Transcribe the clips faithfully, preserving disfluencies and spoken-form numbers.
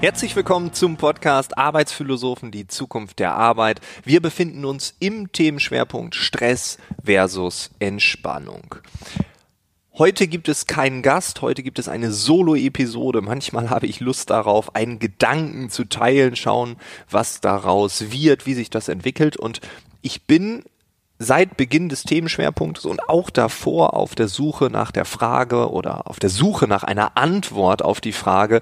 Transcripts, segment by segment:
Herzlich willkommen zum Podcast Arbeitsphilosophen, die Zukunft der Arbeit. Wir befinden uns im Themenschwerpunkt Stress versus Entspannung. Heute gibt es keinen Gast, heute gibt es eine Solo-Episode. Manchmal habe ich Lust darauf, einen Gedanken zu teilen, schauen, was daraus wird, wie sich das entwickelt. Und ich bin seit Beginn des Themenschwerpunktes und auch davor auf der Suche nach der Frage oder auf der Suche nach einer Antwort auf die Frage,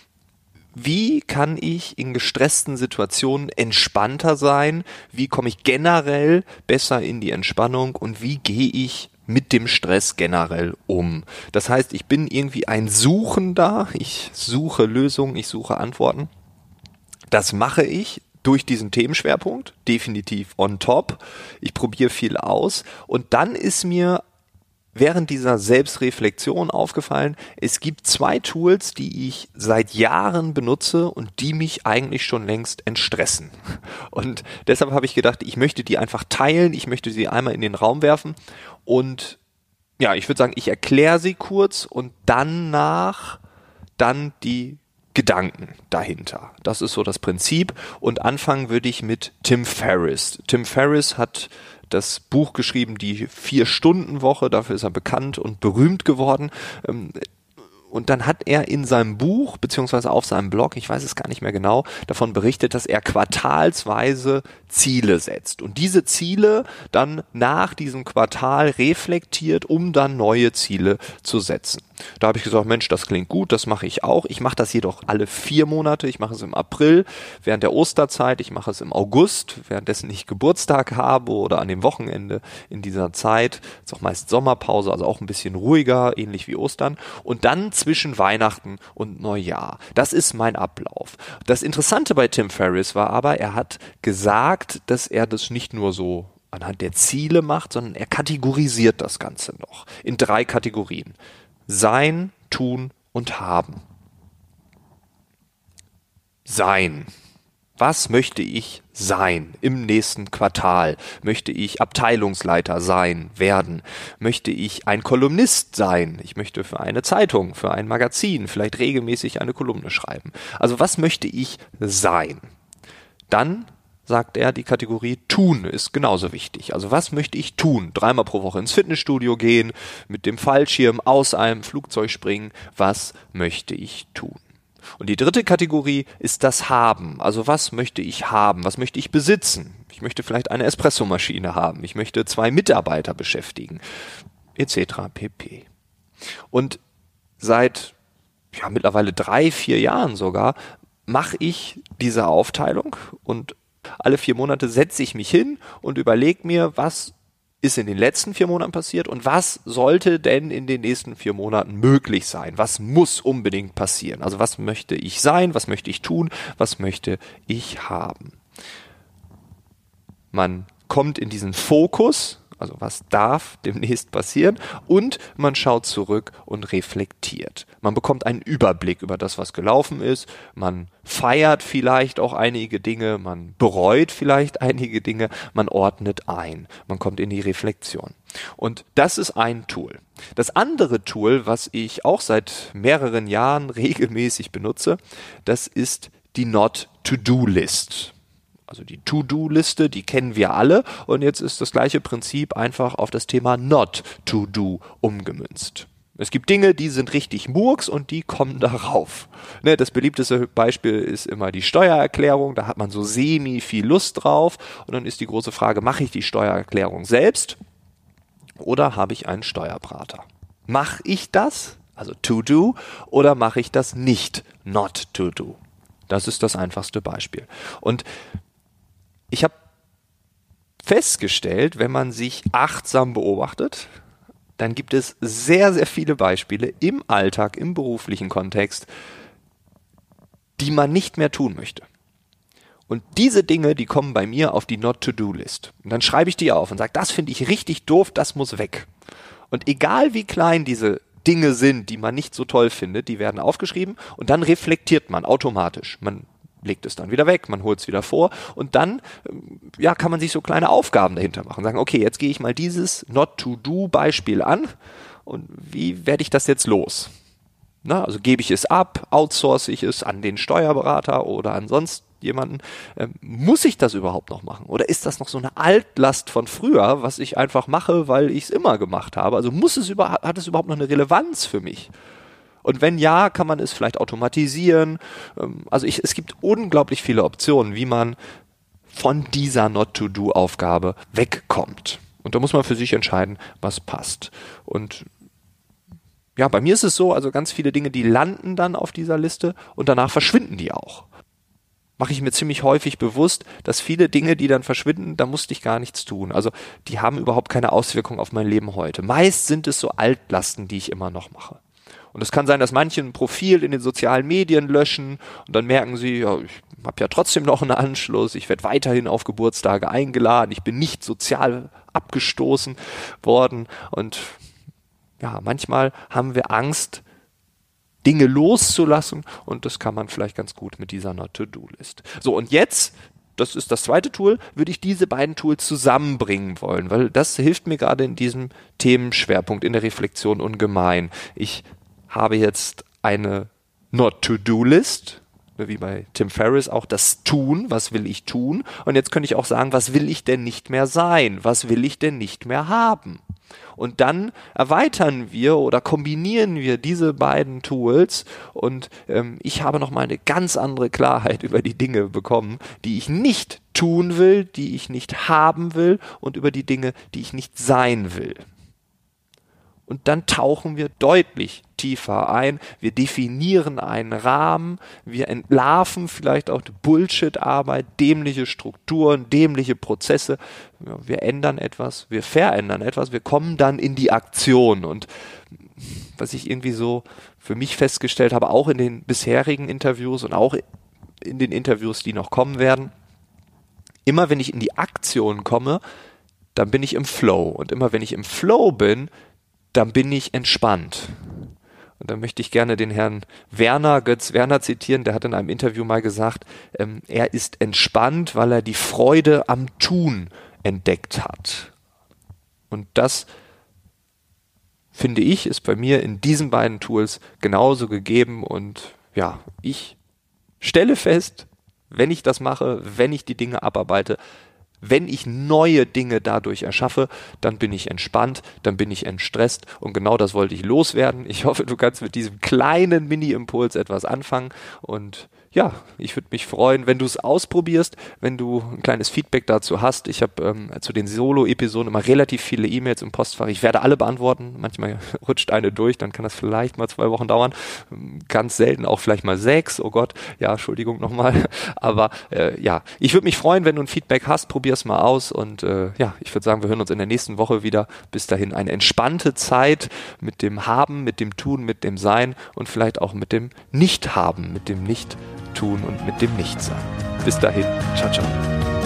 wie kann ich in gestressten Situationen entspannter sein? Wie komme ich generell besser in die Entspannung und wie gehe ich mit dem Stress generell um? Das heißt, ich bin irgendwie ein Suchender, ich suche Lösungen, ich suche Antworten. Das mache ich durch diesen Themenschwerpunkt, definitiv on top. Ich probiere viel aus und dann ist mir während dieser Selbstreflexion aufgefallen, es gibt zwei Tools, die ich seit Jahren benutze und die mich eigentlich schon längst entstressen. Und deshalb habe ich gedacht, ich möchte die einfach teilen, ich möchte sie einmal in den Raum werfen und ja, ich würde sagen, ich erkläre sie kurz und danach dann die Gedanken dahinter. Das ist so das Prinzip und anfangen würde ich mit Tim Ferriss. Tim Ferriss hat das Buch geschrieben, die Vier-Stunden-Woche, dafür ist er bekannt und berühmt geworden. Und dann hat er in seinem Buch, beziehungsweise auf seinem Blog, ich weiß es gar nicht mehr genau, davon berichtet, dass er quartalsweise Ziele setzt. Und diese Ziele dann nach diesem Quartal reflektiert, um dann neue Ziele zu setzen. Da habe ich gesagt, Mensch, das klingt gut, das mache ich auch. Ich mache das jedoch alle vier Monate. Ich mache es im April während der Osterzeit. Ich mache es im August, währenddessen ich Geburtstag habe oder an dem Wochenende in dieser Zeit. Ist auch meist Sommerpause, also auch ein bisschen ruhiger, ähnlich wie Ostern. Und dann zwischen Weihnachten und Neujahr. Das ist mein Ablauf. Das Interessante bei Tim Ferriss war aber, er hat gesagt, dass er das nicht nur so anhand der Ziele macht, sondern er kategorisiert das Ganze noch in drei Kategorien. Sein, tun und haben. Sein. Was möchte ich sein im nächsten Quartal? Möchte ich Abteilungsleiter sein, werden? Möchte ich ein Kolumnist sein? Ich möchte für eine Zeitung, für ein Magazin vielleicht regelmäßig eine Kolumne schreiben. Also was möchte ich sein? Dann sagt er, die Kategorie tun ist genauso wichtig. Also was möchte ich tun? Dreimal pro Woche ins Fitnessstudio gehen, mit dem Fallschirm aus einem Flugzeug springen. Was möchte ich tun? Und die dritte Kategorie ist das Haben. Also was möchte ich haben? Was möchte ich besitzen? Ich möchte vielleicht eine Espressomaschine haben. Ich möchte zwei Mitarbeiter beschäftigen, et cetera pp. Und seit ja, mittlerweile drei, vier Jahren sogar mache ich diese Aufteilung und alle vier Monate setze ich mich hin und überlege mir, was ist in den letzten vier Monaten passiert und was sollte denn in den nächsten vier Monaten möglich sein? Was muss unbedingt passieren? Also was möchte ich sein? Was möchte ich tun? Was möchte ich haben? Man kommt in diesen Fokus, also was darf demnächst passieren, und man schaut zurück und reflektiert. Man bekommt einen Überblick über das, was gelaufen ist, man feiert vielleicht auch einige Dinge, man bereut vielleicht einige Dinge, man ordnet ein, man kommt in die Reflexion. Und das ist ein Tool. Das andere Tool, was ich auch seit mehreren Jahren regelmäßig benutze, das ist die Not-to-Do-List. Also die To-Do-Liste, die kennen wir alle und jetzt ist das gleiche Prinzip einfach auf das Thema Not-to-Do umgemünzt. Es gibt Dinge, die sind richtig Murks und die kommen darauf. Ne, das beliebteste Beispiel ist immer die Steuererklärung, da hat man so semi viel Lust drauf und dann ist die große Frage, mache ich die Steuererklärung selbst oder habe ich einen Steuerberater? Mache ich das, also To-Do, oder mache ich das nicht, Not-to-Do? Das ist das einfachste Beispiel. Und ich habe festgestellt, wenn man sich achtsam beobachtet, dann gibt es sehr, sehr viele Beispiele im Alltag, im beruflichen Kontext, die man nicht mehr tun möchte. Und diese Dinge, die kommen bei mir auf die Not-to-Do-List. Und dann schreibe ich die auf und sage, das finde ich richtig doof, das muss weg. Und egal wie klein diese Dinge sind, die man nicht so toll findet, die werden aufgeschrieben und dann reflektiert man automatisch. Man legt es dann wieder weg, man holt es wieder vor und dann ja, kann man sich so kleine Aufgaben dahinter machen. Sagen, okay, jetzt gehe ich mal dieses Not-to-Do-Beispiel an und wie werde ich das jetzt los? Na, also gebe ich es ab, outsource ich es an den Steuerberater oder an sonst jemanden, äh, muss ich das überhaupt noch machen? Oder ist das noch so eine Altlast von früher, was ich einfach mache, weil ich es immer gemacht habe? Also muss es über, hat es überhaupt noch eine Relevanz für mich? Und wenn ja, kann man es vielleicht automatisieren. Ähm, also ich, es gibt unglaublich viele Optionen, wie man von dieser Not-to-Do-Aufgabe wegkommt. Und da muss man für sich entscheiden, was passt. Und ja, bei mir ist es so, also ganz viele Dinge, die landen dann auf dieser Liste und danach verschwinden die auch. Mache ich mir ziemlich häufig bewusst, dass viele Dinge, die dann verschwinden, da musste ich gar nichts tun. Also die haben überhaupt keine Auswirkung auf mein Leben heute. Meist sind es so Altlasten, die ich immer noch mache. Und es kann sein, dass manche ein Profil in den sozialen Medien löschen und dann merken sie, ja, ich habe ja trotzdem noch einen Anschluss, ich werde weiterhin auf Geburtstage eingeladen, ich bin nicht sozial abgestoßen worden. Und ja, manchmal haben wir Angst, Dinge loszulassen und das kann man vielleicht ganz gut mit dieser Not-to-Do-List. So, und jetzt, das ist das zweite Tool, würde ich diese beiden Tools zusammenbringen wollen, weil das hilft mir gerade in diesem Themenschwerpunkt, in der Reflexion ungemein. Ich habe jetzt eine Not-to-Do-List, wie bei Tim Ferriss auch das Tun, was will ich tun? Und jetzt könnte ich auch sagen, was will ich denn nicht mehr sein? Was will ich denn nicht mehr haben? Und dann erweitern wir oder kombinieren wir diese beiden Tools und ähm, ich habe nochmal eine ganz andere Klarheit über die Dinge bekommen, die ich nicht tun will, die ich nicht haben will und über die Dinge, die ich nicht sein will. Und dann tauchen wir deutlich tiefer ein, wir definieren einen Rahmen, wir entlarven vielleicht auch die Bullshit-Arbeit, dämliche Strukturen, dämliche Prozesse, ja, wir ändern etwas, wir verändern etwas, wir kommen dann in die Aktion. Und was ich irgendwie so für mich festgestellt habe, auch in den bisherigen Interviews und auch in den Interviews, die noch kommen werden, immer wenn ich in die Aktion komme, dann bin ich im Flow. Und immer wenn ich im Flow bin, dann bin ich entspannt. Und da möchte ich gerne den Herrn Werner, Götz Werner zitieren, der hat in einem Interview mal gesagt, ähm, er ist entspannt, weil er die Freude am Tun entdeckt hat. Und das, finde ich, ist bei mir in diesen beiden Tools genauso gegeben. Und ja, ich stelle fest, wenn ich das mache, wenn ich die Dinge abarbeite, wenn ich neue Dinge dadurch erschaffe, dann bin ich entspannt, dann bin ich entstresst und genau das wollte ich loswerden. Ich hoffe, du kannst mit diesem kleinen Mini-Impuls etwas anfangen und ja, ich würde mich freuen, wenn du es ausprobierst, wenn du ein kleines Feedback dazu hast. Ich habe ähm, zu den Solo-Episoden immer relativ viele E-Mails im Postfach. Ich werde alle beantworten. Manchmal rutscht eine durch, dann kann das vielleicht mal zwei Wochen dauern. Ganz selten auch vielleicht mal sechs. Oh Gott, ja, Entschuldigung nochmal. Aber äh, ja, ich würde mich freuen, wenn du ein Feedback hast. Probier es mal aus und äh, ja, ich würde sagen, wir hören uns in der nächsten Woche wieder. Bis dahin eine entspannte Zeit mit dem Haben, mit dem Tun, mit dem Sein und vielleicht auch mit dem Nicht-Haben, mit dem Nicht-Tun und mit dem Nichtsein. Bis dahin, ciao, ciao.